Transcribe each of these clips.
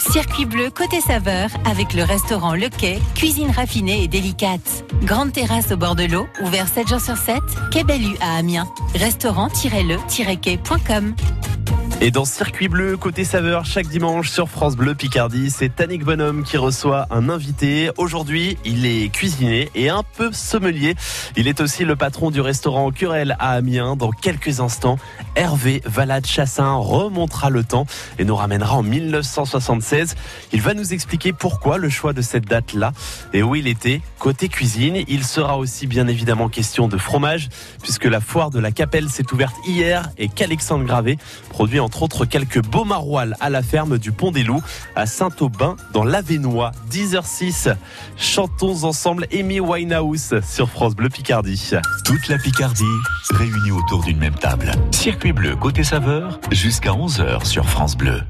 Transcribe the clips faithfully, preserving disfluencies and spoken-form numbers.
Circuit bleu côté saveur avec le restaurant Le Quai, cuisine raffinée et délicate. Grande terrasse au bord de l'eau, ouvert sept jours sur sept, Quai Bellu à Amiens. Restaurant-le-quai point com. Et dans Circuit bleu, côté saveur, chaque dimanche sur France Bleu Picardie, c'est Tannick Bonhomme qui reçoit un invité. Aujourd'hui, il est cuisinier et un peu sommelier. Il est aussi le patron du restaurant Querelle à Amiens. Dans quelques instants, Hervé Valade-Chassin remontera le temps et nous ramènera en mille neuf cent soixante-seize. Il va nous expliquer pourquoi le choix de cette date-là et où il était. Côté cuisine, il sera aussi bien évidemment question de fromage, puisque la foire de la Capelle s'est ouverte hier et qu'Alexandre Gravé produit entre autres quelques beaux maroilles à la ferme du Pont des Loups à Saint-Aubin dans l'Avesnois. dix heures six, chantons ensemble Amy Winehouse sur France Bleu Picardie. Toute la Picardie réunie autour d'une même table. Circuit bleu côté saveur jusqu'à onze heures sur France Bleu.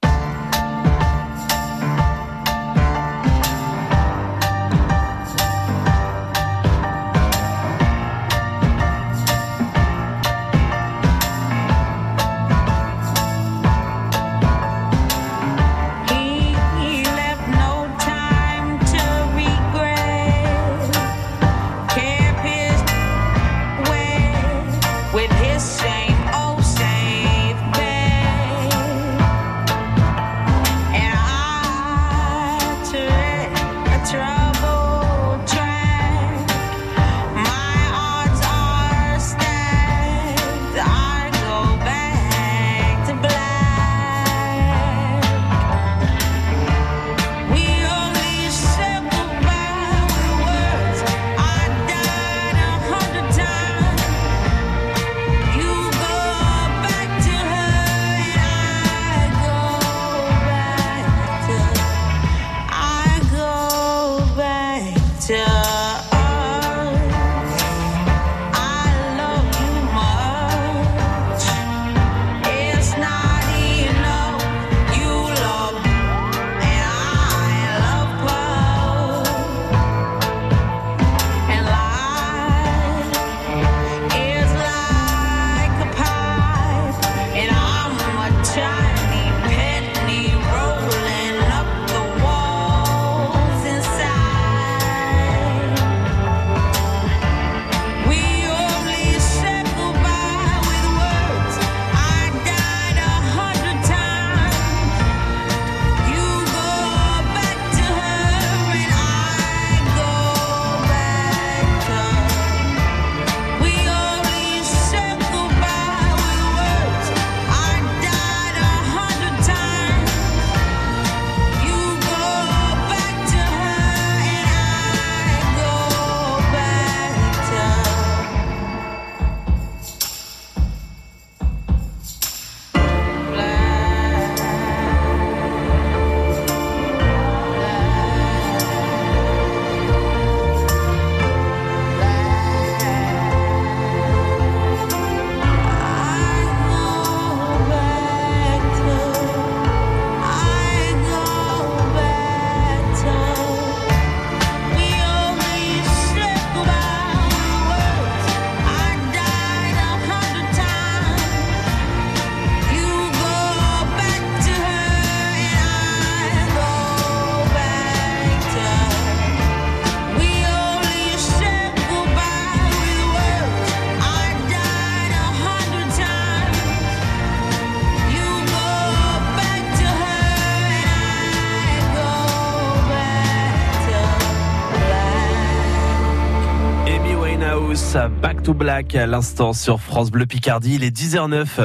Back to Black à l'instant sur France Bleu Picardie, il est dix heures neuf.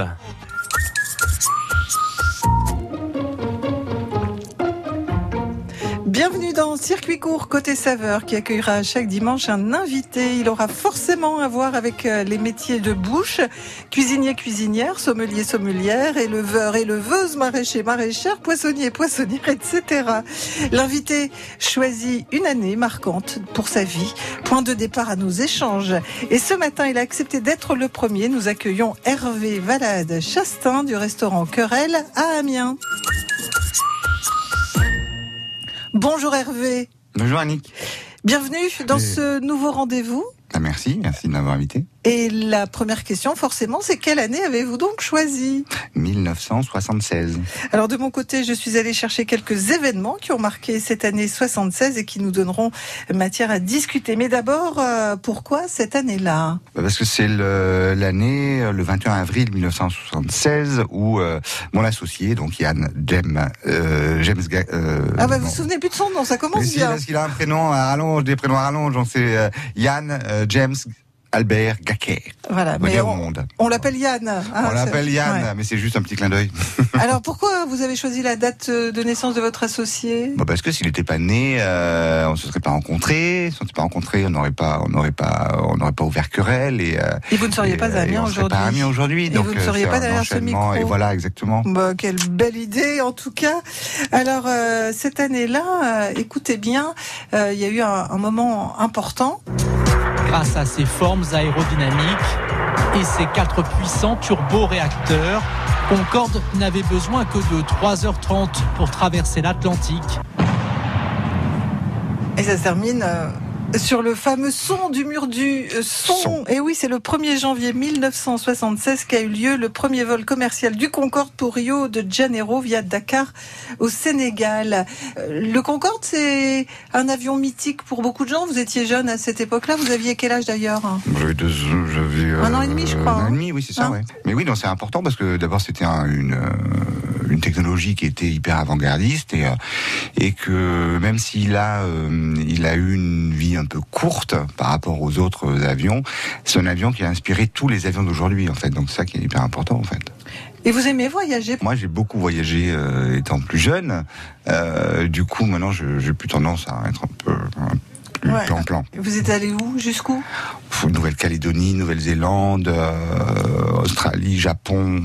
Bienvenue dans Circuit court côté saveur qui accueillera chaque dimanche un invité. Il aura forcément à voir avec les métiers de bouche, cuisinier, cuisinière, sommelier, sommelière, éleveur, éleveuse, maraîcher, maraîchère, poissonnier, poissonnière, et cetera. L'invité choisit une année marquante pour sa vie, point de départ à nos échanges. Et ce matin, il a accepté d'être le premier. Nous accueillons Hervé Valade-Chassin du restaurant Querelle à Amiens. Bonjour Hervé. Bonjour Annick. Bienvenue dans ce nouveau rendez-vous. Ah, merci, merci de m'avoir invité. Et la première question, forcément, c'est quelle année avez-vous donc choisi ? mille neuf cent soixante-seize. Alors de mon côté, je suis allée chercher quelques événements qui ont marqué cette année soixante-seize et qui nous donneront matière à discuter. Mais d'abord, euh, pourquoi cette année-là ? Parce que c'est le, l'année, le vingt et un avril mille neuf cent soixante-seize, où euh, mon associé, donc Yann James, euh, James euh, Ah bah vous vous souvenez plus de son nom, ça commence Mais si, bien. parce qu'il a un prénom à rallonge, des prénoms à rallonge, donc c'est euh, Yann euh, James Albert Gaquet. Voilà, mais au on, monde. on l'appelle Yann. Hein, on l'appelle Yann, ouais. mais c'est juste un petit clin d'œil. Alors pourquoi vous avez choisi la date de naissance de votre associé ? Bon, parce que s'il n'était pas né, euh, on ne se serait pas rencontrés. Si on ne s'était pas rencontrés, on n'aurait pas, on n'aurait pas, on n'aurait pas ouvert querelle. Et, euh, et vous ne seriez et, pas amis on aujourd'hui. Pas amis aujourd'hui. Et donc vous ne seriez pas derrière ce micro. Et voilà, exactement. Bah, quelle belle idée, en tout cas. Alors euh, cette année-là, euh, écoutez bien, euh, il y a eu un, un moment important. Grâce à ses formes aérodynamiques et ses quatre puissants turboréacteurs, Concorde n'avait besoin que de trois heures trente pour traverser l'Atlantique. Et ça se termine euh, sur le fameux son du mur du euh, son. son. Et oui, c'est le premier janvier mille neuf cent soixante-seize qu'a eu lieu le premier vol commercial du Concorde pour Rio de Janeiro via Dakar au Sénégal. Euh, le Concorde, c'est un avion mythique pour beaucoup de gens. Vous étiez jeune à cette époque-là. Vous aviez quel âge d'ailleurs ? J'avais deux, j'avais euh, un an et demi, je crois. Un an et hein demi, oui, c'est ça. Hein ouais. Mais oui, non, c'est important parce que d'abord c'était un, une euh, une technologie qui était hyper avant-gardiste et euh, et que même s'il a euh, il a eu une vie un peu courte par rapport aux autres avions, c'est un avion qui a inspiré tous les avions d'aujourd'hui en fait. Donc c'est ça qui est hyper important en fait. Et vous aimez voyager ? Moi, j'ai beaucoup voyagé euh, étant plus jeune. Euh, du coup, maintenant, je, j'ai plus tendance à être un peu un plus ouais. plan-plan. Vous êtes allé où ? Jusqu'où ? Nouvelle-Calédonie, Nouvelle-Zélande, euh, Australie, Japon,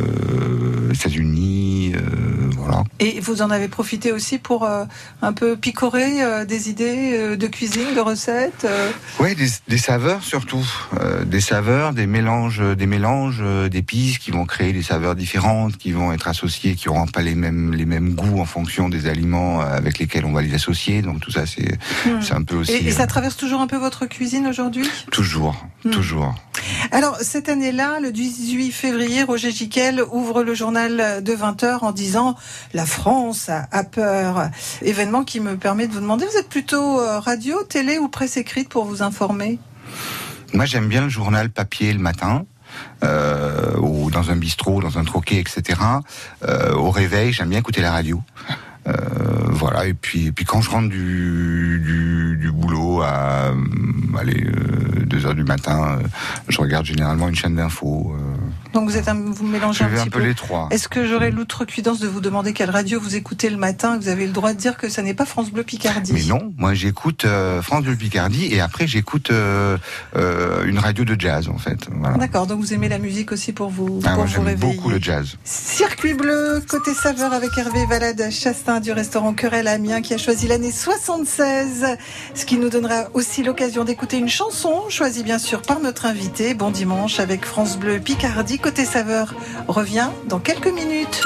euh, États-Unis, euh, voilà. Et vous en avez profité aussi pour euh, un peu picorer euh, des idées euh, de cuisine, de recettes euh... Oui, des, des saveurs surtout, euh, des saveurs, des mélanges, des mélanges euh, d'épices qui vont créer des saveurs différentes, qui vont être associées, qui n'auront pas les mêmes les mêmes goûts en fonction des aliments avec lesquels on va les associer. Donc tout ça, c'est mmh. c'est un peu aussi. Et, et ça traverse toujours un peu votre cuisine aujourd'hui ? Toujours, mmh. toujours. Alors, cette année-là, le dix-huit février, Roger Gicquel ouvre le journal de vingt heures en disant « La France a peur ». Événement qui me permet de vous demander, vous êtes plutôt radio, télé ou presse écrite pour vous informer ? Moi, j'aime bien le journal papier le matin. Euh, ou dans un bistrot, dans un troquet, et cetera. Euh, au réveil, j'aime bien écouter la radio. Euh, voilà, et puis, et puis quand je rentre du, du, du boulot à allez, euh, deux heures du matin, euh, je regarde généralement une chaîne d'infos. Euh, Donc vous, êtes un, vous mélangez un petit un peu, peu les trois. Est-ce que j'aurais l'outrecuidance de vous demander quelle radio vous écoutez le matin ? Vous avez le droit de dire que ça n'est pas France Bleu Picardie. Mais non, moi j'écoute euh, France Bleu Picardie et après j'écoute euh, euh, une radio de jazz en fait. Voilà. D'accord, donc vous aimez la musique aussi pour vous, ah, pour moi, vous j'aime réveiller. beaucoup le jazz. Circuit bleu, côté saveur avec Hervé Valade Chastain du restaurant Querelle à Amiens qui a choisi l'année soixante-seize, ce qui nous donnera aussi l'occasion d'écouter une chanson choisie bien sûr par notre invité. Bon dimanche avec France Bleu Picardie. Côté saveur revient dans quelques minutes.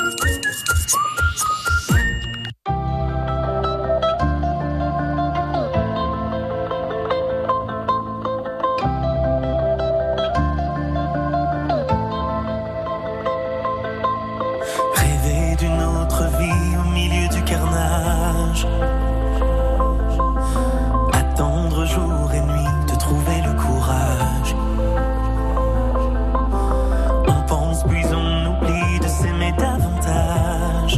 Rêver d'une autre vie au milieu du carnage. Attendre jour et nuit de trouver le courage. On pense puis on oublie de s'aimer davantage.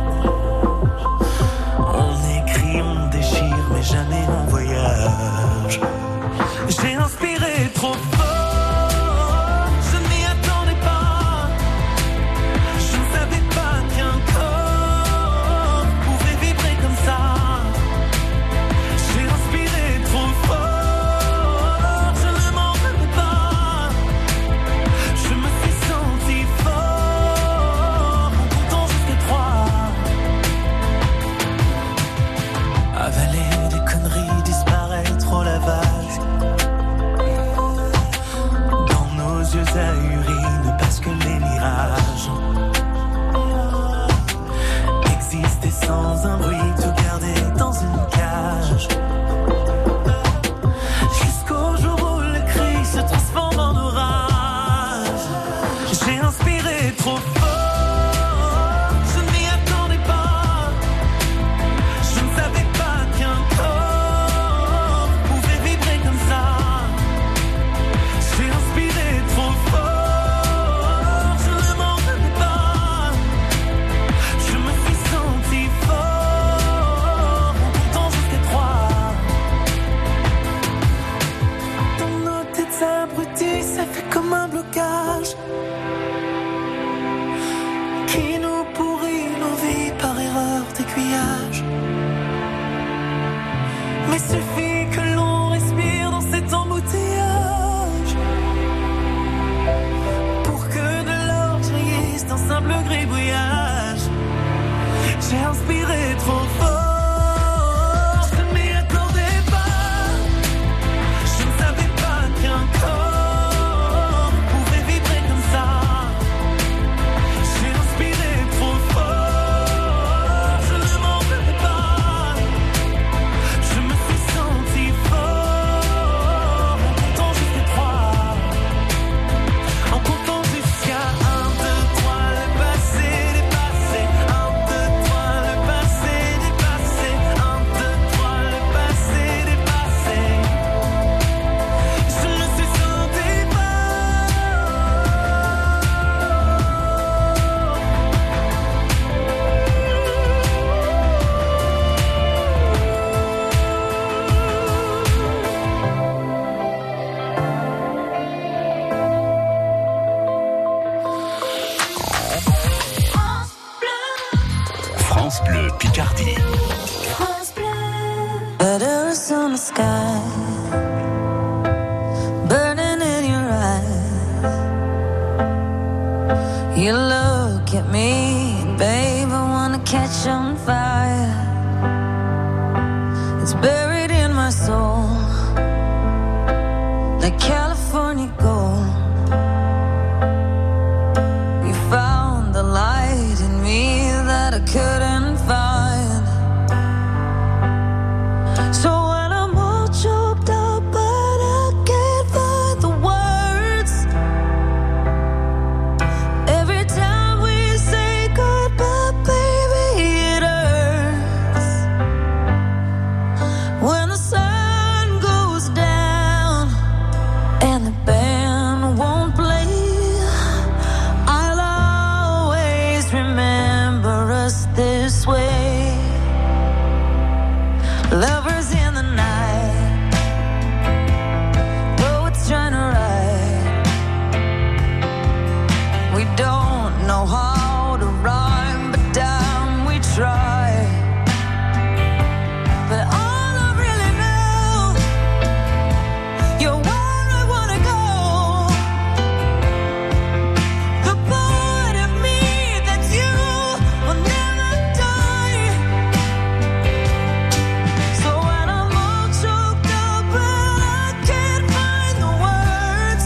On écrit, on déchire, mais jamais en voyage. J'ai inspiré trop fort. Sans un bruit, tout garder dans une cage. Jusqu'au jour où le cri se transforme en J'ai inspiré trop fort, je m'y attendais pas. Je ne savais pas qu'un corps pouvait vibrer comme ça. J'ai inspiré trop fort, je ne m'en veux pas. Je me suis senti fort en comptant jusqu'à trois. En comptant jusqu'à un, deux, trois, le passé dépassé. Un, deux, trois, le passé dépassé. Un, deux, trois, le passé dépassé. Je me suis senti France Bleu Picardie. Letters on the sky, burning in your eyes. You look at me, babe, I wanna catch on fire. It's buried in my soul, like California gold. You found the light in me that I couldn't find. So when I'm all choked up, but I can't find the words. Every time we say goodbye, baby, it hurts. When the sun goes down and the band won't play, I'll always remember us this way. Lovers in the night, poets trying to write. We don't know how to rhyme, but damn, we try. But all I really know, you're where I wanna go. The part of me that's you will never die. So when I'm all choked up and I can't find the words,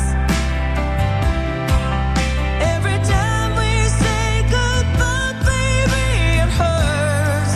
every time we say goodbye, baby, it hurts.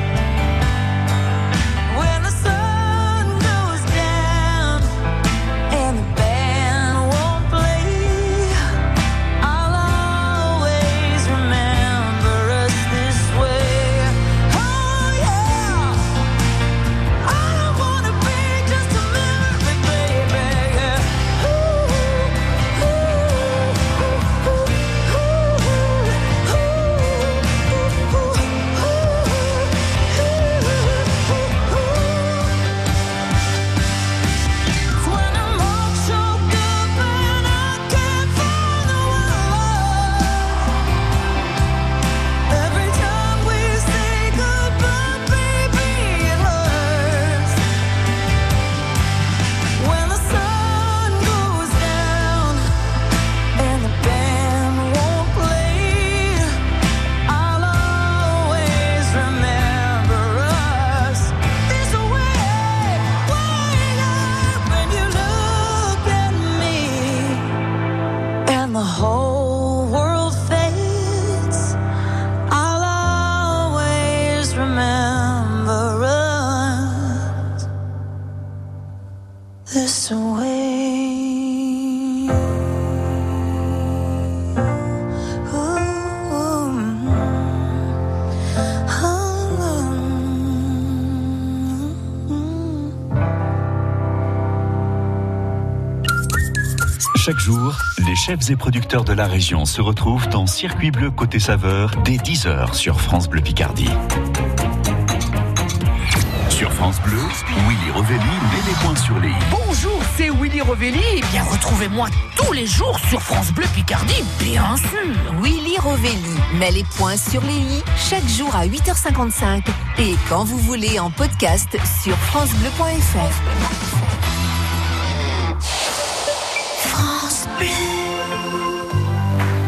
When the sun goes down and the band won't play, I'll always remember us this way. Oh yeah, I don't wanna be just a memory, baby. Ooh, ooh, ooh, ooh, ooh, ooh, ooh. When I'm all choked up and I can't find the words, every time we say goodbye, baby, it hurts. When the sun goes down and the band won't play, I'll always remember us this way. Wake up when you look at me and the whole world fades, I'll always remember us this way. Chaque jour, les chefs et producteurs de la région se retrouvent dans Circuit Bleu côté saveur dès dix heures sur France Bleu Picardie. Sur France Bleu, Willy Rovelli met les points sur les i. Bonjour, c'est Willy Rovelli. Eh bien, retrouvez-moi tous les jours sur France Bleu Picardie, bien sûr. Willy Rovelli met les points sur les i chaque jour à huit heures cinquante-cinq et quand vous voulez en podcast sur francebleu point f r. France Bleu.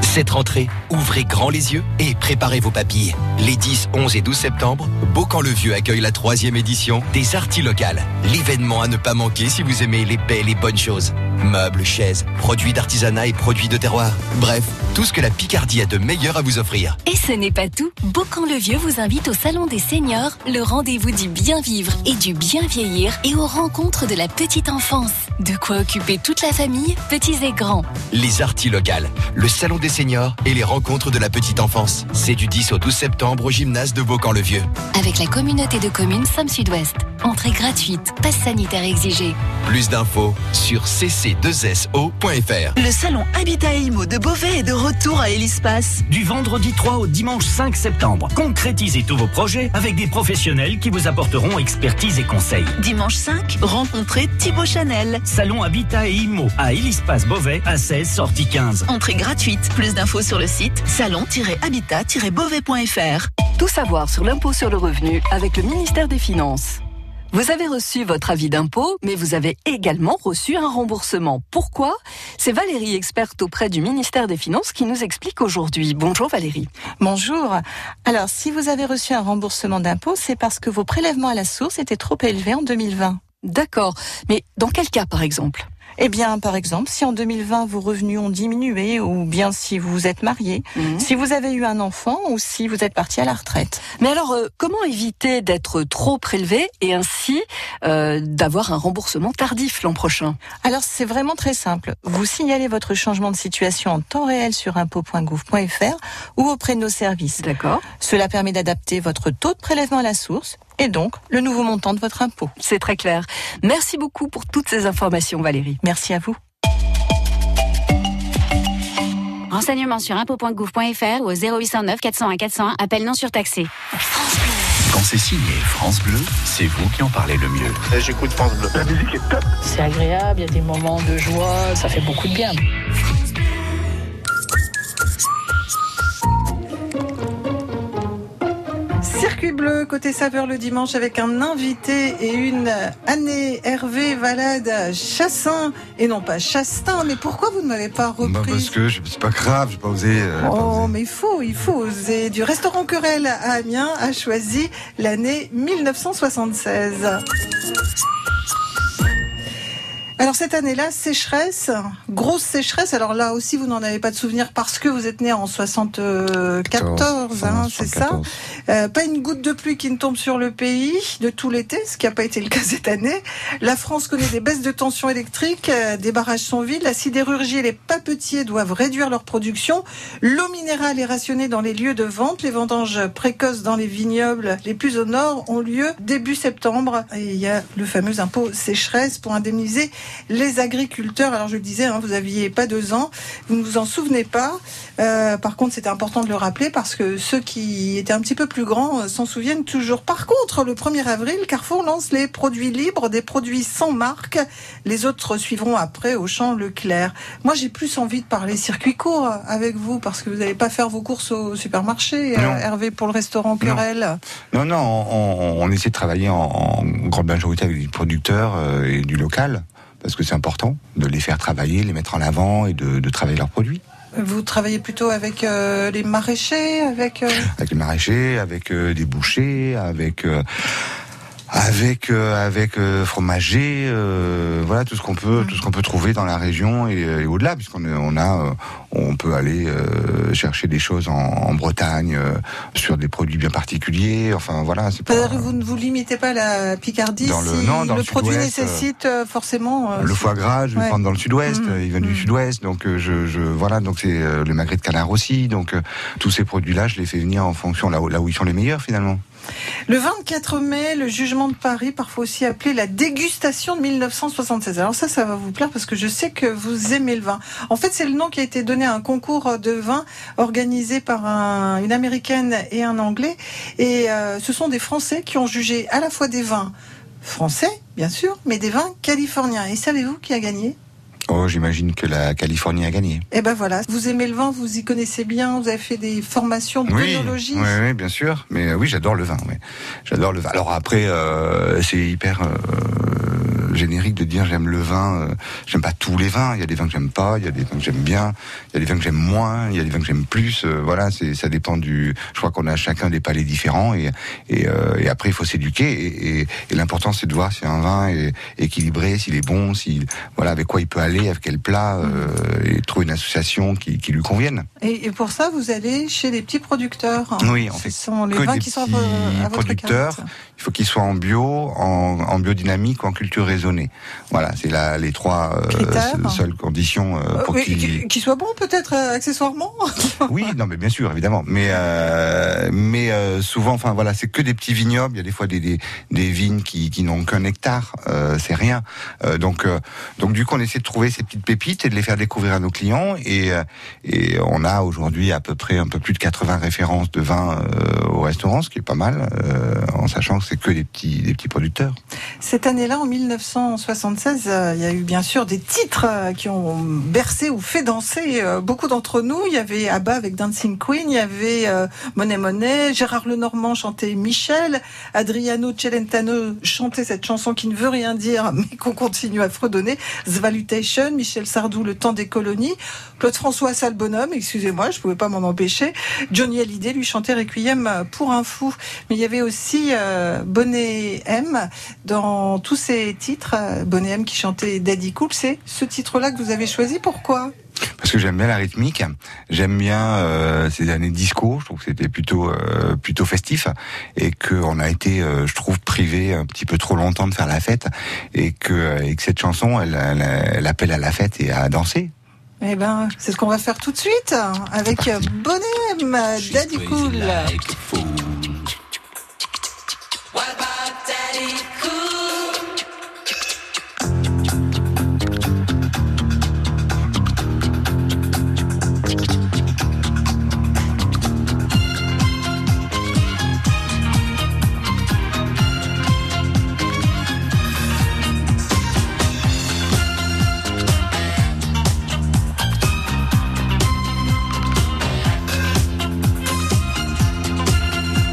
Cette rentrée, ouvrez grand les yeux et préparez vos papilles. Les dix, onze et douze septembre, Beaucamp-le-Vieux accueille la troisième édition des Artis Locales. L'événement à ne pas manquer si vous aimez les belles et bonnes choses. Meubles, chaises, produits d'artisanat et produits de terroir. Bref, tout ce que la Picardie a de meilleur à vous offrir. Et ce n'est pas tout. Beaucamp-le-Vieux vous invite au Salon des Seniors, le rendez-vous du bien vivre et du bien vieillir et aux rencontres de la petite enfance. De quoi occuper toute la famille, petits et grands. Les Artis Locales, le Salon des Seniors et les rencontres de la petite enfance. C'est du dix au douze septembre au gymnase de Beaucamp-le-Vieux. Avec la communauté de communes Somme-Sud-Ouest. Entrée gratuite, passe sanitaire exigé. Plus d'infos sur c c deux s o point f r. Le salon Habitat et Immo de Beauvais est de retour à Elispace. Du vendredi trois au dimanche cinq septembre. Concrétisez tous vos projets avec des professionnels qui vous apporteront expertise et conseils. Dimanche cinq, rencontrez Thibaut Chanel. Salon Habitat et Immo à Elispace Beauvais à seize sortie quinze. Entrée gratuite. Plus d'infos sur le site salon tiret habitat tiret beauvais point f r. Tout savoir sur l'impôt sur le revenu avec le ministère des Finances. Vous avez reçu votre avis d'impôt, mais vous avez également reçu un remboursement. Pourquoi ? C'est Valérie, experte auprès du ministère des Finances, qui nous explique aujourd'hui. Bonjour Valérie. Bonjour. Alors, si vous avez reçu un remboursement d'impôt, c'est parce que vos prélèvements à la source étaient trop élevés en deux mille vingt. D'accord. Mais dans quel cas, par exemple ? Eh bien, par exemple, si en deux mille vingt vos revenus ont diminué, ou bien si vous êtes marié, mmh. si vous avez eu un enfant, ou si vous êtes parti à la retraite. Mais alors, euh, comment éviter d'être trop prélevé et ainsi euh, d'avoir un remboursement tardif l'an prochain ? Alors, c'est vraiment très simple. Vous signalez votre changement de situation en temps réel sur impôt point gouv point f r ou auprès de nos services. D'accord. Cela permet d'adapter votre taux de prélèvement à la source et donc le nouveau montant de votre impôt. C'est très clair. Merci beaucoup pour toutes ces informations, Valérie. Merci à vous. Renseignements sur impôt point gouv point f r ou au zéro huit cent neuf quatre cent un quatre cent un, appel non surtaxé. Quand c'est signé France Bleu, c'est vous qui en parlez le mieux. J'écoute France Bleu. La musique est top. C'est agréable, il y a des moments de joie, ça fait beaucoup de bien. Circuit bleu, côté saveur le dimanche avec un invité et une Anne Hervé Valade Chassin et non pas Chastin. Mais pourquoi vous ne m'avez pas repris ? Bah parce que je, c'est pas grave, j'ai pas osé. Euh, oh, pas osé. mais il faut, il faut oser. Du restaurant Querelle à Amiens a choisi l'année mille neuf cent soixante-seize. Alors cette année-là, sécheresse, grosse sécheresse. Alors là aussi, vous n'en avez pas de souvenir parce que vous êtes né en soixante-quatorze, hein, c'est ça. Euh, pas une goutte de pluie qui ne tombe sur le pays de tout l'été, ce qui n'a pas été le cas cette année. La France connaît des baisses de tension électrique, euh, des barrages sont vides, la sidérurgie et les papetiers doivent réduire leur production. L'eau minérale est rationnée dans les lieux de vente. Les vendanges précoces dans les vignobles les plus au nord ont lieu début septembre. Et il y a le fameux impôt sécheresse pour indemniser les agriculteurs. Alors je le disais, hein, vous aviez pas deux ans, vous ne vous en souvenez pas. Euh, par contre, c'était important de le rappeler parce que ceux qui étaient un petit peu plus grands euh, s'en souviennent toujours. Par contre, le premier avril, Carrefour lance les produits libres, des produits sans marque. Les autres suivront après Auchan, Leclerc. Moi, j'ai plus envie de parler circuit court avec vous parce que vous n'allez pas faire vos courses au supermarché, euh, Hervé, pour le restaurant Querelle. Non, non, non on, on essaie de travailler en, en grande majorité avec des producteurs euh, et du local. Parce que c'est important de les faire travailler, les mettre en avant et de, de travailler leurs produits. Vous travaillez plutôt avec euh, les maraîchers, avec... Euh... Avec les maraîchers, avec euh, des bouchers, avec... Euh, avec euh, avec euh, fromager, euh, voilà tout ce qu'on peut, mmh. tout ce qu'on peut trouver dans la région et, et au-delà, puisqu'on on a, euh, on peut aller euh, chercher des choses en, en Bretagne euh, sur des produits bien particuliers. Enfin voilà, c'est pas. Euh, vous ne vous limitez pas à la Picardie. Dans le, si non, dans le, le produit sud-ouest, nécessite euh, forcément. Euh, le foie gras, je vais ouais. prendre dans le sud-ouest. Mmh. Il vient mmh. du sud-ouest, donc euh, je, je voilà, donc c'est euh, le magret de canard aussi. Donc euh, tous ces produits-là, je les fais venir en fonction là où, là où ils sont les meilleurs finalement. Le vingt-quatre mai, le jugement de Paris, parfois aussi appelé la dégustation de mille neuf cent soixante-seize. Alors ça, ça va vous plaire parce que je sais que vous aimez le vin. En fait, c'est le nom qui a été donné à un concours de vin organisé par un, une Américaine et un Anglais. Et euh, ce sont des Français qui ont jugé à la fois des vins français, bien sûr, mais des vins californiens. Et savez-vous qui a gagné ? Oh, j'imagine que la Californie a gagné. Eh ben voilà, vous aimez le vin, vous y connaissez bien, vous avez fait des formations de oui, d'œnologie. Oui, oui, bien sûr. Mais euh, oui, j'adore le vin. Oui. J'adore le vin. Alors après, euh, c'est hyper... Euh, générique de dire j'aime le vin. Euh, j'aime pas tous les vins. Il y a des vins que j'aime pas, il y a des vins que j'aime bien, il y a des vins que j'aime moins, il y a des vins que j'aime plus. Euh, voilà, c'est ça dépend du. Je crois qu'on a chacun des palais différents et et, euh, et après il faut s'éduquer et, et, et l'important c'est de voir si un vin est équilibré, s'il est bon, s'il voilà avec quoi il peut aller, avec quel plat euh, et trouver une association qui, qui lui convienne. Et, et pour ça, vous allez chez les petits producteurs. Oui, en fait. Ce sont les que vins des qui sont petits à votre producteurs. carte. Il faut qu'ils soient en bio, en, en biodynamique ou en culture raisonnée. Voilà, c'est la, les trois euh, seules conditions euh, pour euh, qu'ils... Qui, qui soient bons peut-être euh, accessoirement. Oui, non, mais bien sûr, évidemment. Mais euh, mais euh, souvent, enfin voilà, c'est que des petits vignobles. Il y a des fois des des, des vignes qui, qui n'ont qu'un hectare. Euh, c'est rien. Euh, donc euh, donc du coup, on essaie de trouver ces petites pépites et de les faire découvrir à nos clients. Et euh, et on a aujourd'hui à peu près un peu plus de quatre-vingts références de vins euh, au restaurant, ce qui est pas mal, euh, en sachant que c'est que des petits des petits producteurs. Cette année-là, en mille neuf cent soixante-seize, euh, il y a eu bien sûr des titres euh, qui ont bercé ou fait danser euh, beaucoup d'entre nous. Il y avait ABBA avec Dancing Queen, il y avait euh, Monet Monet, Gérard Lenormand chantait Michel, Adriano Celentano chantait cette chanson qui ne veut rien dire mais qu'on continue à fredonner, Zvalutation, Michel Sardou, Le Temps des Colonies, Claude François Salle Bonhomme, excusez-moi, je pouvais pas m'en empêcher, Johnny Hallyday lui chantait Requiem pour un fou. Mais il y avait aussi euh, Bonnet M dans tous ces titres, euh, Bonnet M qui chantait Daddy Cool. C'est ce titre-là que vous avez choisi, pourquoi ? Parce que j'aime bien la rythmique, j'aime bien euh, ces années disco, je trouve que c'était plutôt euh, plutôt festif et que on a été, euh, je trouve, privé un petit peu trop longtemps de faire la fête et que, et que cette chanson, elle, elle, elle appelle à la fête et à danser. Eh ben, c'est ce qu'on va faire tout de suite avec Bonnet M, Daddy Cool. Daddy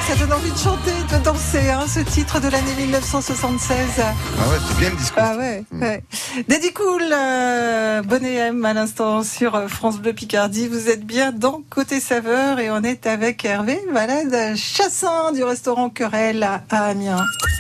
ça donne envie de chanter, de danser, hein, ce titre de l'année mille neuf cent soixante-seize. Ah ouais, c'est bien le discours. Ah ouais, ouais. Daddy Cool, euh, Bonnet M à l'instant sur France Bleu Picardie. Vous êtes bien dans Côté Saveur et on est avec Hervé Valade Chassin du restaurant Querelle à, à Amiens.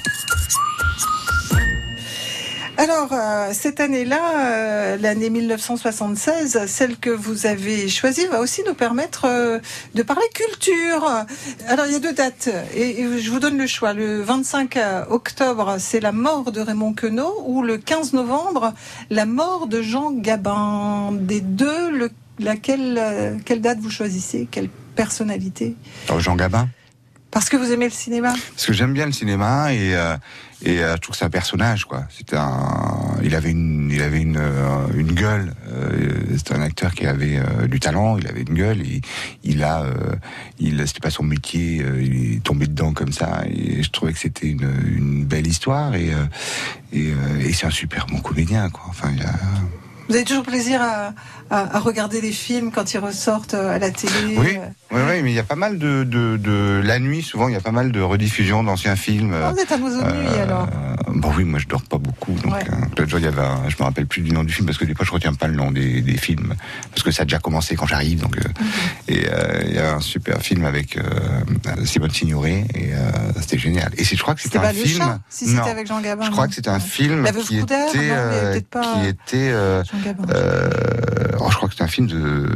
Alors, euh, cette année-là, euh, l'année mille neuf cent soixante-seize, celle que vous avez choisie va aussi nous permettre euh, de parler culture. Alors, il y a deux dates, et, et je vous donne le choix. Le vingt-cinq octobre, c'est la mort de Raymond Queneau, ou le quinze novembre, la mort de Jean Gabin. Des deux, le, laquelle, euh, quelle date vous choisissez? Quelle personnalité? Alors, Jean Gabin. Parce que vous aimez le cinéma? Parce que j'aime bien le cinéma et euh, et euh, je trouve que c'est un personnage, quoi. C'était un, il avait une, il avait une euh, une gueule. Euh, c'était un acteur qui avait euh, du talent. Il avait une gueule. Et il a, euh, il, c'était pas son métier. Euh, il est tombé dedans comme ça. Et je trouvais que c'était une une belle histoire et euh, et, euh, et c'est un super bon comédien, quoi. Enfin, il a. Vous avez toujours plaisir à, à, à regarder les films quand ils ressortent à la télé? Oui, oui, oui, mais il y a pas mal de, de, de... La nuit, souvent, il y a pas mal de rediffusions d'anciens films. Oh, vous êtes un oiseau de nuit, euh, alors? Bon, oui, moi, je dors pas beaucoup. Donc, ouais. euh, l'autre jour, il y avait un... Je me rappelle plus du nom du film, parce que des fois, je retiens pas le nom des, des films, parce que ça a déjà commencé quand j'arrive. Donc, euh, mm-hmm. Et euh, il y a un super film avec euh, Simone Signoret, et euh, c'était génial. Et c'est, je crois que c'était, c'était un film... Chat, si non, c'était avec Jean Gabin. Je crois non. que c'était un film La qui était... Coudert, euh, non, pas... qui était... Euh, euh, oh, je crois que c'était un film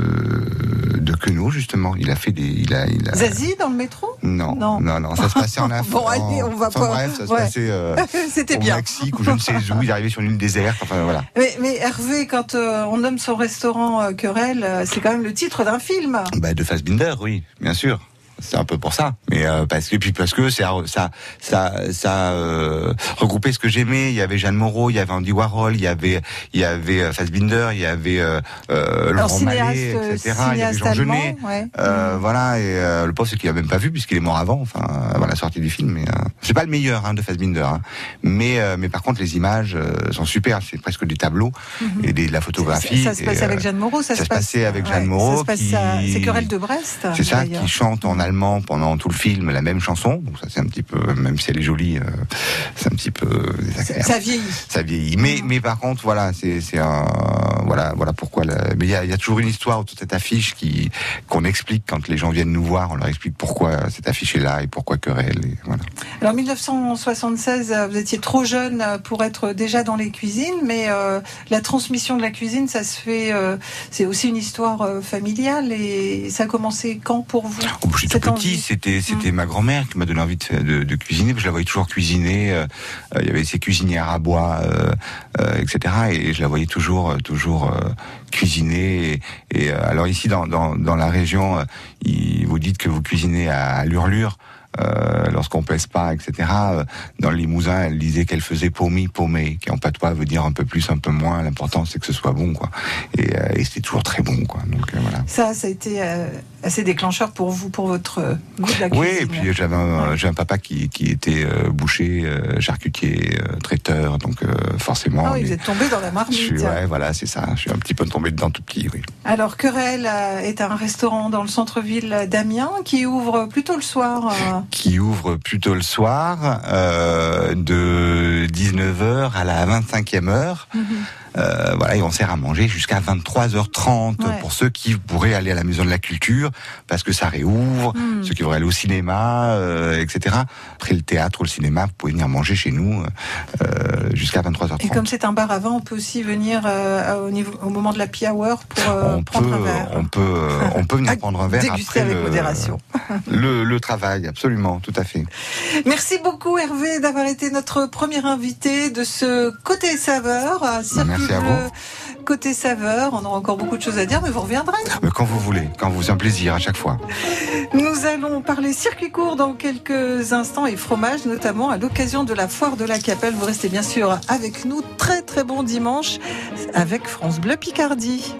de... de Queneau, justement. Il a fait des... Il a, il a... Zazie dans le métro? Non, non, non, non, ça se passait en Afrique. Bon, allez, on va enfin, pas... bref, ça se ouais. passait euh, C'était au bien. Mexique ou je ne sais où. Ils arrivaient sur une île déserte, enfin voilà. Mais, mais Hervé, quand euh, on nomme son restaurant euh, Querelle, euh, c'est quand même le titre d'un film. Bah, de Fassbinder, oui, bien sûr. C'est un peu pour ça, mais euh, parce que puis parce que c'est ça ça ça euh, regroupait ce que j'aimais. Il y avait Jeanne Moreau, il y avait Andy Warhol, il y avait il y avait Fassbinder, il y avait euh, euh, Laurent Mallet, et cetera. Il y avait Jean Genet, ouais. euh, mmh. Voilà. Et euh, le pauvre, c'est qu'il a même pas vu puisqu'il est mort avant, enfin avant la sortie du film. Mais euh, c'est pas le meilleur hein, de Fassbinder, hein. mais euh, mais par contre les images euh, sont super. C'est presque des tableaux mmh. et des, de la photographie. Ça, ça se passait avec Jeanne Moreau. Ça, ça se passe, passait avec ouais, Jeanne Moreau. Ça se passe qui... à, c'est Querelle de Brest. C'est ça, d'ailleurs. qui chante en allemand pendant tout le film la même chanson. Donc ça c'est un petit peu, même si elle est jolie, euh, c'est un petit peu désagréable. Ça vieillit. Ça vieillit. Mais mais par contre voilà, c'est c'est un voilà voilà pourquoi. La... Mais il y a il y a toujours une histoire autour de cette affiche qui qu'on explique quand les gens viennent nous voir. On leur explique pourquoi cette affiche est là et pourquoi Querelle. Et voilà. Alors mille neuf cent soixante-seize, vous étiez trop jeune pour être déjà dans les cuisines, mais euh, la transmission de la cuisine, ça se fait. Euh, c'est aussi une histoire euh, familiale et ça a commencé quand pour vous? Oh, j'étais petit, c'était c'était mmh. ma grand-mère qui m'a donné envie de, de, de cuisiner. Je la voyais toujours cuisiner. Euh, il y avait ces cuisinières à bois, euh, euh, et cetera. Et je la voyais toujours toujours euh, cuisiner. Et, et alors ici dans dans dans la région, euh, il, vous dites que vous cuisinez à, à l'hurlure. Euh, lorsqu'on pèse pas, et cetera. Euh, dans le Limousin, elle disait qu'elle faisait pommi, paumé, qui en patois veut dire un peu plus, un peu moins. L'important, c'est que ce soit bon, quoi. Et, euh, et c'était toujours très bon, quoi. Donc euh, voilà. Ça, ça a été euh, assez déclencheur pour vous, pour votre euh, goût de la cuisine. Oui, et puis j'avais un, ouais. j'ai un papa qui, qui était euh, boucher, euh, charcutier, euh, traiteur, donc euh, forcément. Ah oui, vous êtes tombé dans la marmite. Je suis, ouais, voilà, c'est ça. Je suis un petit peu tombé dedans tout petit, oui. Alors Querelle euh, est un restaurant dans le centre-ville d'Amiens qui ouvre plutôt le soir. Euh... Qui ouvre plutôt le soir, euh, de dix-neuf heures à la vingt-cinquième heure. Mm-hmm. Euh, voilà, et on sert à manger jusqu'à vingt-trois heures trente ouais. pour ceux qui pourraient aller à la Maison de la Culture parce que ça réouvre, mm. ceux qui voudraient aller au cinéma, euh, et cetera. Après le théâtre ou le cinéma, vous pouvez venir manger chez nous euh, jusqu'à vingt-trois heures trente. Et comme c'est un bar à vin, on peut aussi venir euh, au, niveau, au moment de la happy hour pour euh, on prendre peut, un verre. On peut, euh, on peut venir prendre un verre déguster après avec le, modération. Le, le travail, absolument, tout à fait. Merci beaucoup Hervé d'avoir été notre premier invité de ce Côté Saveur. Merci à vous. Côté Saveur, on aura encore beaucoup de choses à dire, mais vous reviendrez. Mais quand vous voulez, quand vous, c'est un plaisir à chaque fois. Nous allons parler circuit court dans quelques instants et fromage, notamment à l'occasion de la foire de la Capelle. Vous restez bien sûr avec nous. Très très bon dimanche avec France Bleu Picardie.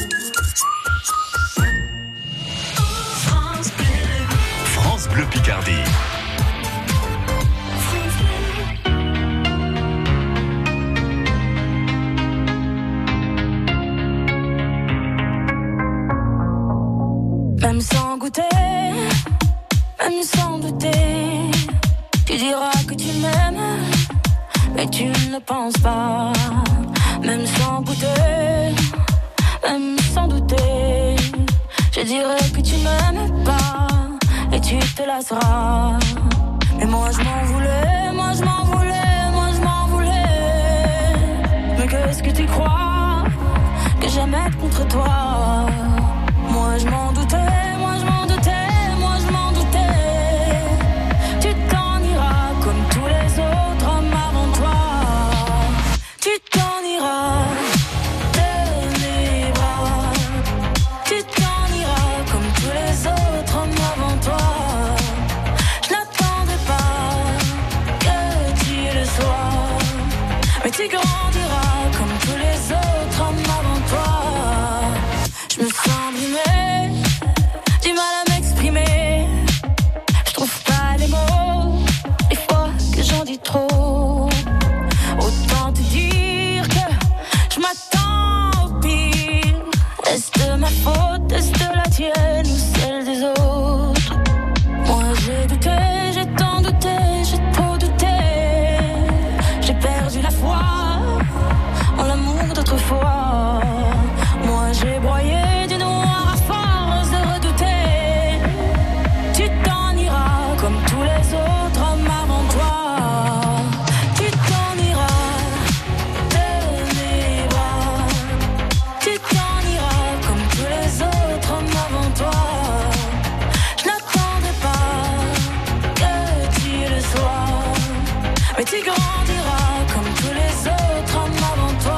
France Bleu, France Bleu Picardie. Même sans goûter, même sans douter, mais tu ne penses pas. Même sans goûter, même sans douter, je dirais que tu m'aimes pas et tu te lasseras. Mais moi je m'en voulais, moi je m'en voulais, moi je m'en voulais. Mais qu'est-ce que tu crois que j'aime être contre toi? Moi je m'en doutais, moi je m'en doutais, moi je m'en doutais. Tu t'en iras comme tous les autres hommes avant toi. Tu t'en iras de mes bras. Tu t'en iras comme tous les autres hommes avant toi. Je n'attendrai pas que tu le sois, mais tu grandiras comme tous les autres hommes avant toi. Je me sens brimée, du mal à m'exprimer. Je trouve pas les mots, des fois que j'en dis trop. Autant te dire que je m'attends au pire. Est-ce de ma faute, est-ce de la tienne ou celle des autres? Moi j'ai douté, j'ai tant douté, j'ai trop douté. J'ai perdu la foi en l'amour d'autrefois. Moi j'ai broyé du noir à force de redouter. Tu t'en iras comme tous les autres hommes avant toi. Tu t'en iras de mes bras. Tu t'en iras comme tous les autres hommes avant toi. Je n'attendrai pas que tu le sois, mais tu grandiras comme tous les autres hommes avant toi.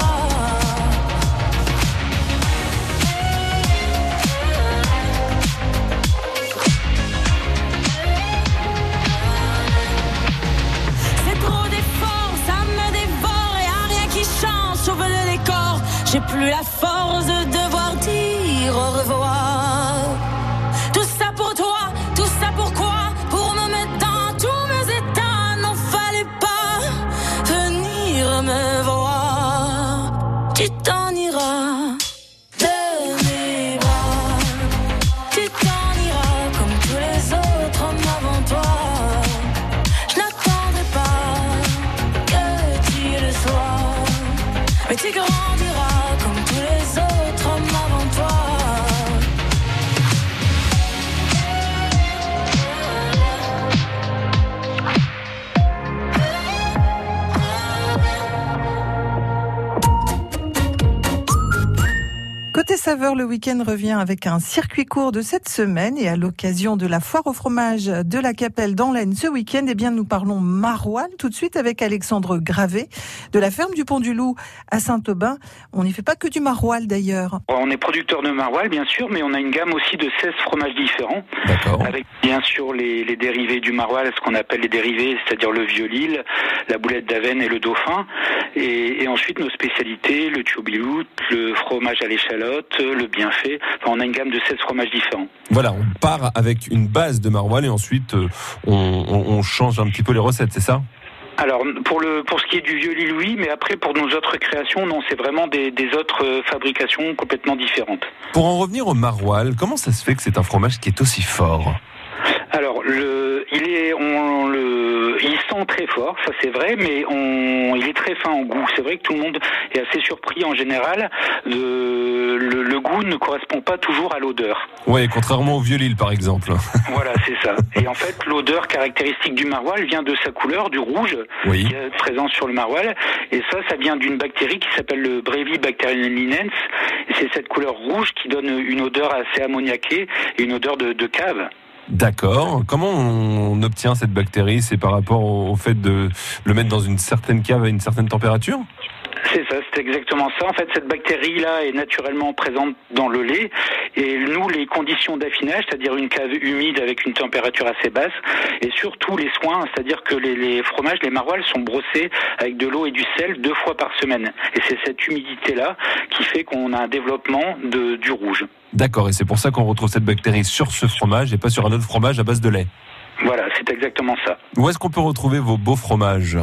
C'est trop d'efforts, ça me dévore et y'a rien qui change sauf le décor. J'ai plus la force de devoir dire au revoir. Tout ça pour toi, tout ça pourquoi? Pour me mettre dans tous mes états. N'en fallait pas venir me voir. Tu t'en iras de mes bras. Tu t'en iras comme tous les autres hommes avant toi. Je n'attendrai pas que tu le sois, mais tu grandiras comme tous les autres hommes avant toi. Côté saveur, le week-end revient avec un circuit court de cette semaine et à l'occasion de la foire au fromage de la Capelle dans l'Aisne ce week-end, eh bien, nous parlons maroilles tout de suite avec Alexandre Gravé de la ferme du Pont du Loup à Saint-Aubin. On n'y fait pas que du maroilles d'ailleurs. On est producteur de maroilles bien sûr, mais on a une gamme aussi de seize fromages différents. D'accord. Avec bien sûr les, les dérivés du maroilles, ce qu'on appelle les dérivés, c'est-à-dire le vieux-lille, la boulette d'Avesnes et le dauphin. Et, et ensuite nos spécialités, le tiobilout, le fromage à l'échalote, le bienfait. Enfin, on a une gamme de seize fromages différents. Voilà, on part avec une base de maroilles et ensuite euh, on, on, on change un petit peu les recettes, c'est ça ? Alors pour le pour ce qui est du vieux-lille, oui, mais après pour nos autres créations, non, c'est vraiment des, des autres euh, fabrications complètement différentes. Pour en revenir au maroilles, comment ça se fait que c'est un fromage qui est aussi fort ? Alors le, il est, on le, il sent très fort, ça c'est vrai, mais on, il est très fin en goût. C'est vrai que tout le monde est assez surpris en général. De, le, le goût ne correspond pas toujours à l'odeur. Oui, contrairement au vieux-lille par exemple. Voilà, c'est ça. Et en fait, l'odeur caractéristique du maroilles vient de sa couleur, du rouge, oui, qui est présent sur le maroilles. Et ça, ça vient d'une bactérie qui s'appelle le Brevibacterium linens. Et c'est cette couleur rouge qui donne une odeur assez ammoniaquée et une odeur de, de cave. D'accord. Comment on obtient cette bactérie ? C'est par rapport au fait de le mettre dans une certaine cave à une certaine température ? C'est ça, c'est exactement ça. En fait, cette bactérie-là est naturellement présente dans le lait. Et nous, les conditions d'affinage, c'est-à-dire une cave humide avec une température assez basse, et surtout les soins, c'est-à-dire que les, les fromages, les maroilles sont brossés avec de l'eau et du sel deux fois par semaine. Et c'est cette humidité-là qui fait qu'on a un développement de, du rouge. D'accord, et c'est pour ça qu'on retrouve cette bactérie sur ce fromage et pas sur un autre fromage à base de lait. Voilà, c'est exactement ça. Où est-ce qu'on peut retrouver vos beaux fromages ?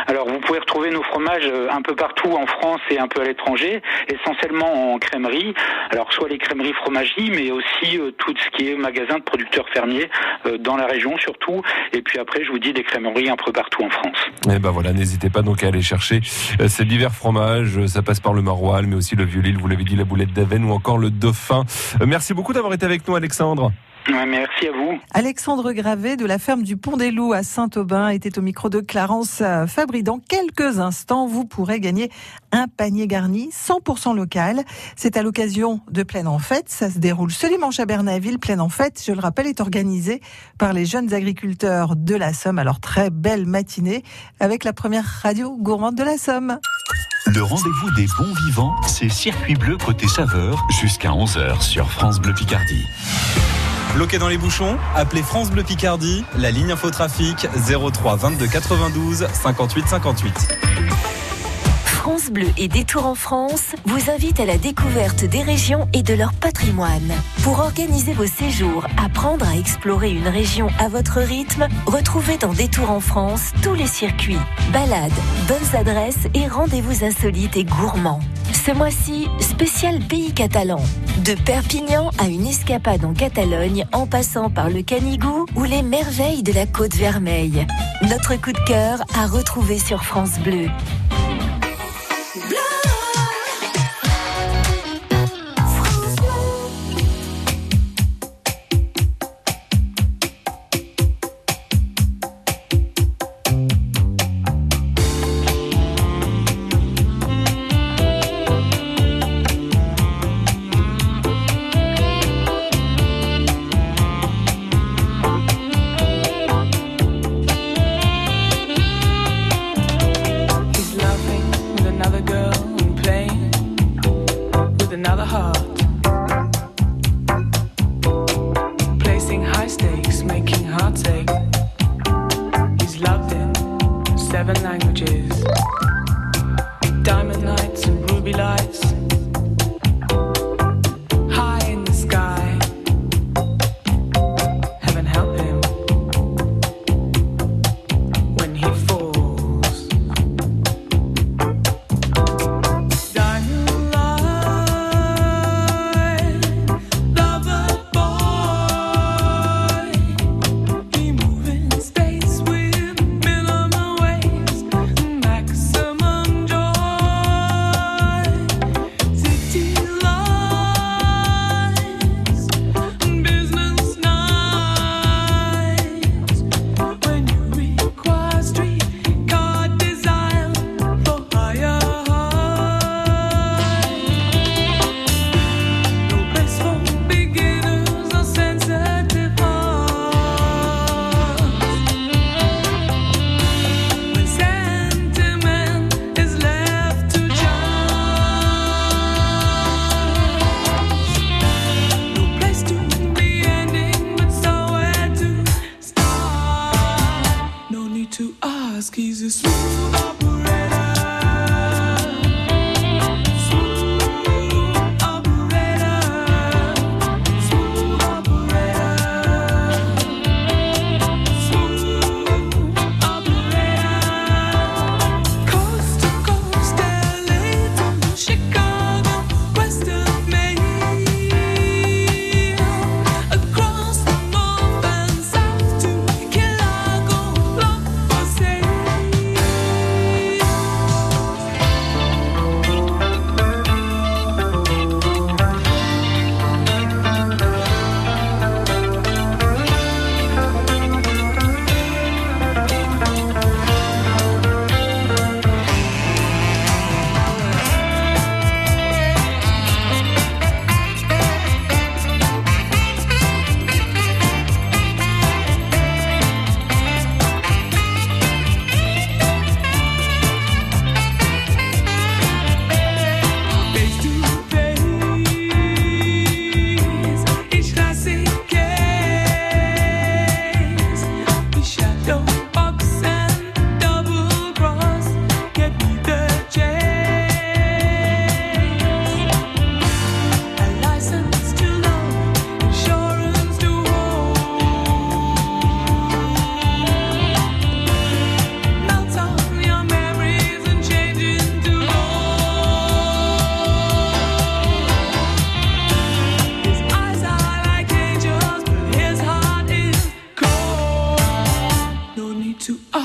Alors vous pouvez retrouver nos fromages un peu partout en France et un peu à l'étranger, essentiellement en crèmerie. Alors soit les crèmeries fromageries, mais aussi euh, tout ce qui est magasin de producteurs fermiers euh, dans la région surtout. Et puis après, je vous dis des crèmeries un peu partout en France. Et ben voilà, n'hésitez pas donc à aller chercher euh, ces divers fromages. Ça passe par le maroilles, mais aussi le vieux-lille, vous l'avez dit, la boulette d'Avesnes ou encore le dauphin. Euh, merci beaucoup d'avoir été avec nous, Alexandre. Ouais, merci à vous. Alexandre Gravet de la ferme du Pont des Loups à Saint-Aubin était au micro de Clarence Fabry. Dans quelques instants, vous pourrez gagner un panier garni cent pour cent local. C'est à l'occasion de Pleine en Fête. Ça se déroule ce dimanche à Bernaville. Pleine en Fête, je le rappelle, est organisée par les jeunes agriculteurs de la Somme. Alors très belle matinée avec la première radio gourmande de la Somme. Le rendez-vous des bons vivants, c'est Circuit Bleu côté saveur jusqu'à onze heures sur France Bleu Picardie. Bloqué dans les bouchons, appelez France Bleu Picardie, la ligne infotrafic zéro trois vingt-deux quatre-vingt-douze cinquante-huit cinquante-huit. France Bleu et Détour en France vous invitent à la découverte des régions et de leur patrimoine. Pour organiser vos séjours, apprendre à explorer une région à votre rythme, retrouvez dans Détour en France tous les circuits, balades, bonnes adresses et rendez-vous insolites et gourmands. Ce mois-ci, spécial pays catalan. De Perpignan à une escapade en Catalogne, en passant par le Canigou ou les merveilles de la Côte Vermeille. Notre coup de cœur à retrouver sur France Bleu.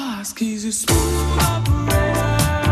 ask, he's a smooth operator.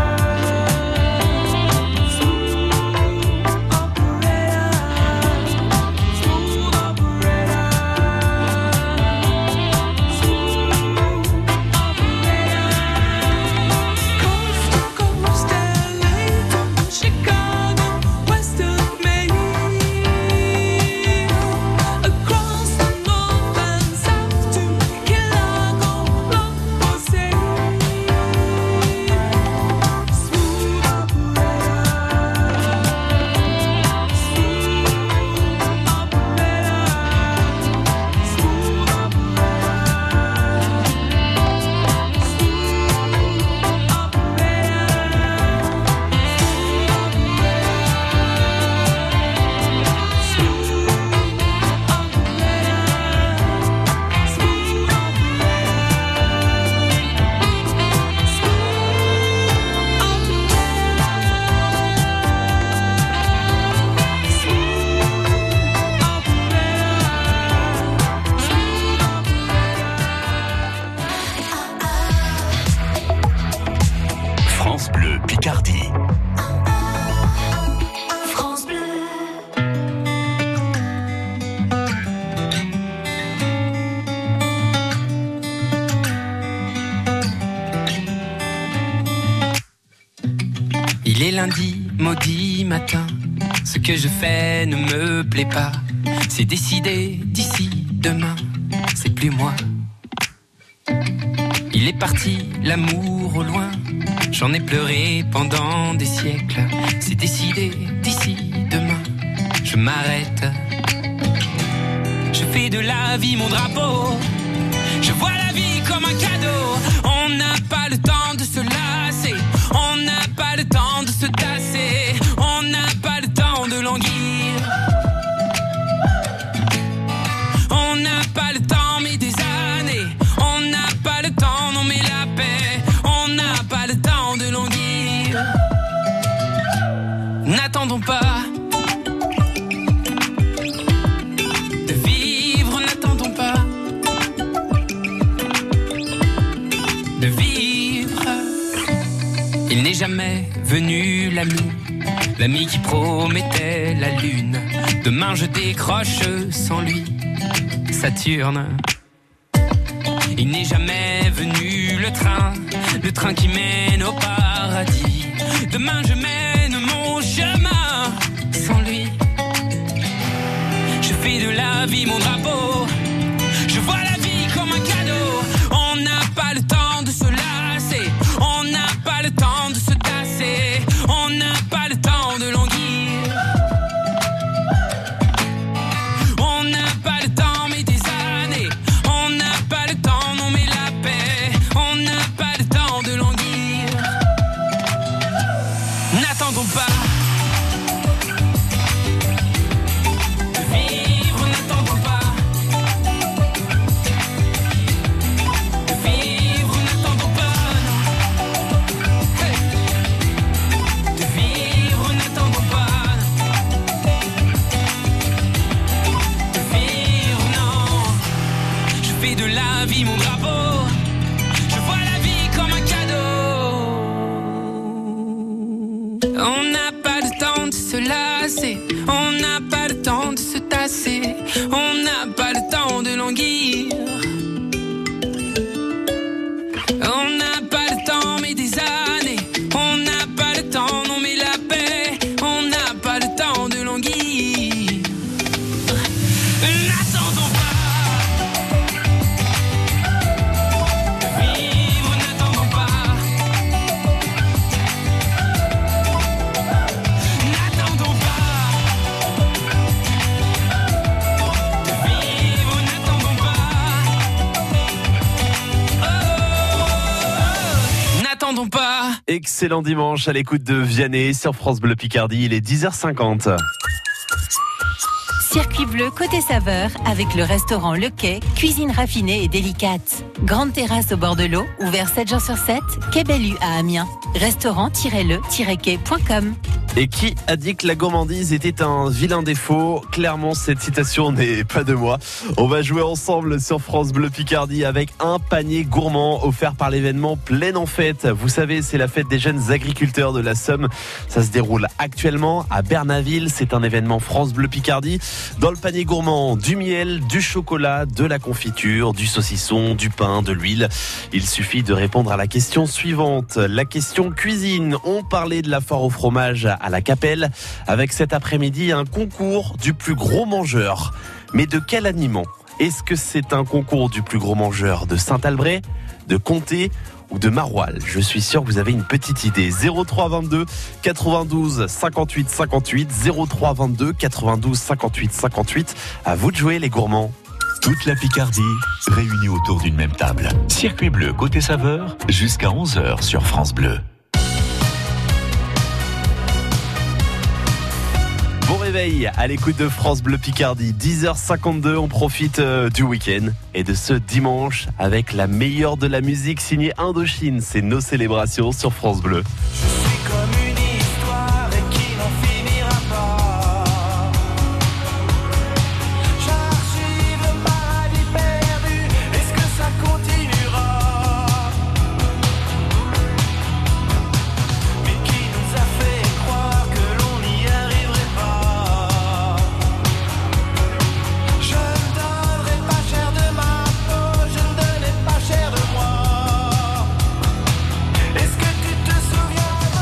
France Bleu Picardie. France Bleu. Il est lundi, maudit matin. Ce que je fais ne me plaît pas. C'est décidé d'ici demain. C'est plus moi. Il est parti, l'amour au loin. J'en ai pleuré pendant des siècles. C'est décidé d'ici demain. Je m'arrête. Je fais de la vie mon drapeau. Je vois la vie comme un cadeau. On n'a pas le temps de se lasser. On n'a pas le temps de se tasser. On n'a pas le temps de languir. On n'a pas le temps mais des années. On n'a pas le temps, non mais la paix. On n'a pas le temps de languir. N'attendons pas de vivre, n'attendons pas de vivre. Il n'est jamais venu l'ami, l'ami qui promettait la lune. Demain je décroche sans lui Saturne. Il n'est jamais venu le train, le train qui mène au paradis. Demain je mène mon chemin sans lui. Je fais de la vie mon drapeau. Je vois la vie comme un cadeau. On n'a pas le temps de se lasser. On n'a pas le temps de se tasser. On n'a pas le temps de languir. On n'a pas le temps mais des années. On n'a pas le temps, non mais la paix. On n'a pas le temps de languir. N'attendons pas de vivre, n'attendons pas de vivre, n'attendons pas non. Hey. De vivre, n'attendons pas de vivre, non. Je fais de la vie mon drapeau. Je vois la vie comme un cadeau. On n'a pas le temps de se lasser. On n'a pas le temps de se tasser. On n'a pas le temps de languir. On n'a pas le temps mais des années. On n'a pas le temps, non mais la paix. On n'a pas le temps de languir. N'attendons pas de vivre, n'attendons pas. N'attendons pas de vivre, n'attendons pas. Oh, n'attendons pas. Excellent dimanche à l'écoute de Vianney sur France Bleu Picardie, il est dix heures cinquante. Circuit bleu côté saveur avec le restaurant Le Quai, cuisine raffinée et délicate. Grande terrasse au bord de l'eau, ouvert sept jours sur sept, Quai Bellu à Amiens. restaurant-le-quai point com. Et qui a dit que la gourmandise était un vilain défaut? Clairement, cette citation n'est pas de moi. On va jouer ensemble sur France Bleu Picardie avec un panier gourmand offert par l'événement Plein en Fête. Vous savez, c'est la fête des jeunes agriculteurs de la Somme. Ça se déroule actuellement à Bernaville. C'est un événement France Bleu Picardie. Dans le panier gourmand, du miel, du chocolat, de la confiture, du saucisson, du pain, de l'huile. Il suffit de répondre à la question suivante. La question cuisine. On parlait de la foire au fromage à la Capelle, avec cet après-midi un concours du plus gros mangeur. Mais de quel aliment? Est-ce que c'est un concours du plus gros mangeur de Saint-Albret, de Comté ou de Maroilles? Je suis sûr que vous avez une petite idée. zéro trois vingt-deux quatre-vingt-douze cinquante-huit cinquante-huit, zéro trois vingt-deux quatre-vingt-douze cinquante-huit cinquante-huit. À vous de jouer les gourmands. Toute la Picardie réunie autour d'une même table. Circuit bleu côté saveur jusqu'à onze heures sur France Bleu. Bon réveil à l'écoute de France Bleu Picardie, dix heures cinquante-deux, on profite euh, du week-end et de ce dimanche avec la meilleure de la musique signée Indochine, c'est nos célébrations sur France Bleu. Je suis comme une histoire et qui n'en finira pas. J'archive le paradis perdu, est-ce que ça continuera? Mais qui nous a fait croire que l'on n'y arriverait pas? Je ne donnerai pas cher de ma peau, je ne donnais pas cher de moi. Est-ce que tu te souviens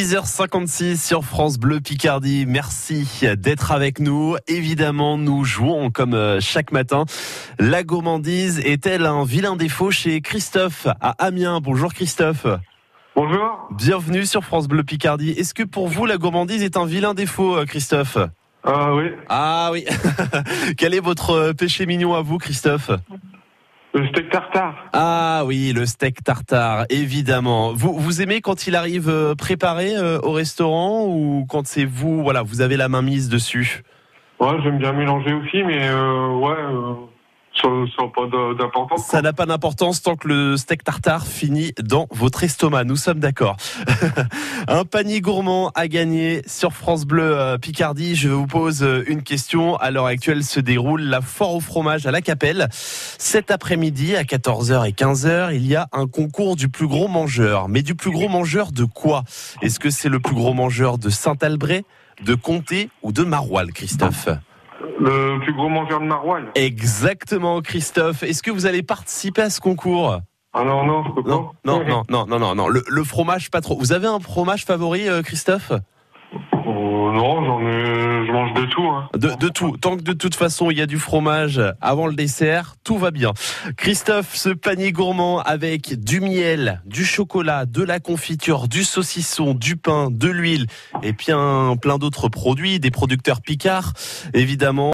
dix heures cinquante-six sur France Bleu Picardie. Merci d'être avec nous. Évidemment, nous jouons comme chaque matin. La gourmandise est-elle un vilain défaut chez Christophe à Amiens? Bonjour Christophe. Bonjour. Bienvenue sur France Bleu Picardie. Est-ce que pour vous, la gourmandise est un vilain défaut, Christophe? Ah oui. Ah oui. Quel est votre péché mignon à vous, Christophe? Le steak tartare. Ah oui, le steak tartare, évidemment. Vous, vous aimez quand il arrive préparé euh, au restaurant ou quand c'est vous, voilà, vous avez la main mise dessus? Ouais, j'aime bien mélanger aussi, mais euh, ouais, euh, ça n'a pas d'importance. Ça n'a pas d'importance tant que le steak tartare finit dans votre estomac. Nous sommes d'accord. Un panier gourmand à gagner sur France Bleu Picardie. Je vous pose une question. À l'heure actuelle se déroule la foire au fromage à la Capelle. Cet après-midi à quatorze heures et quinze heures, il y a un concours du plus gros mangeur. Mais du plus gros mangeur de quoi? Est-ce que c'est le plus gros mangeur de Saint-Albret, de Comté ou de Maroilles, Christophe? Le plus gros mangeur de Maroilles. Exactement, Christophe. Est-ce que vous allez participer à ce concours? Ah non, non, je peux pas. Non, non, non, non, non, non, non. Le, le fromage, pas trop. Vous avez un fromage favori, euh, Christophe? Oh, non, j'en ai, je mange de tout. Hein. De, de tout. Tant que de toute façon, il y a du fromage avant le dessert, tout va bien. Christophe, ce panier gourmand avec du miel, du chocolat, de la confiture, du saucisson, du pain, de l'huile et puis un, plein d'autres produits, des producteurs Picard, évidemment.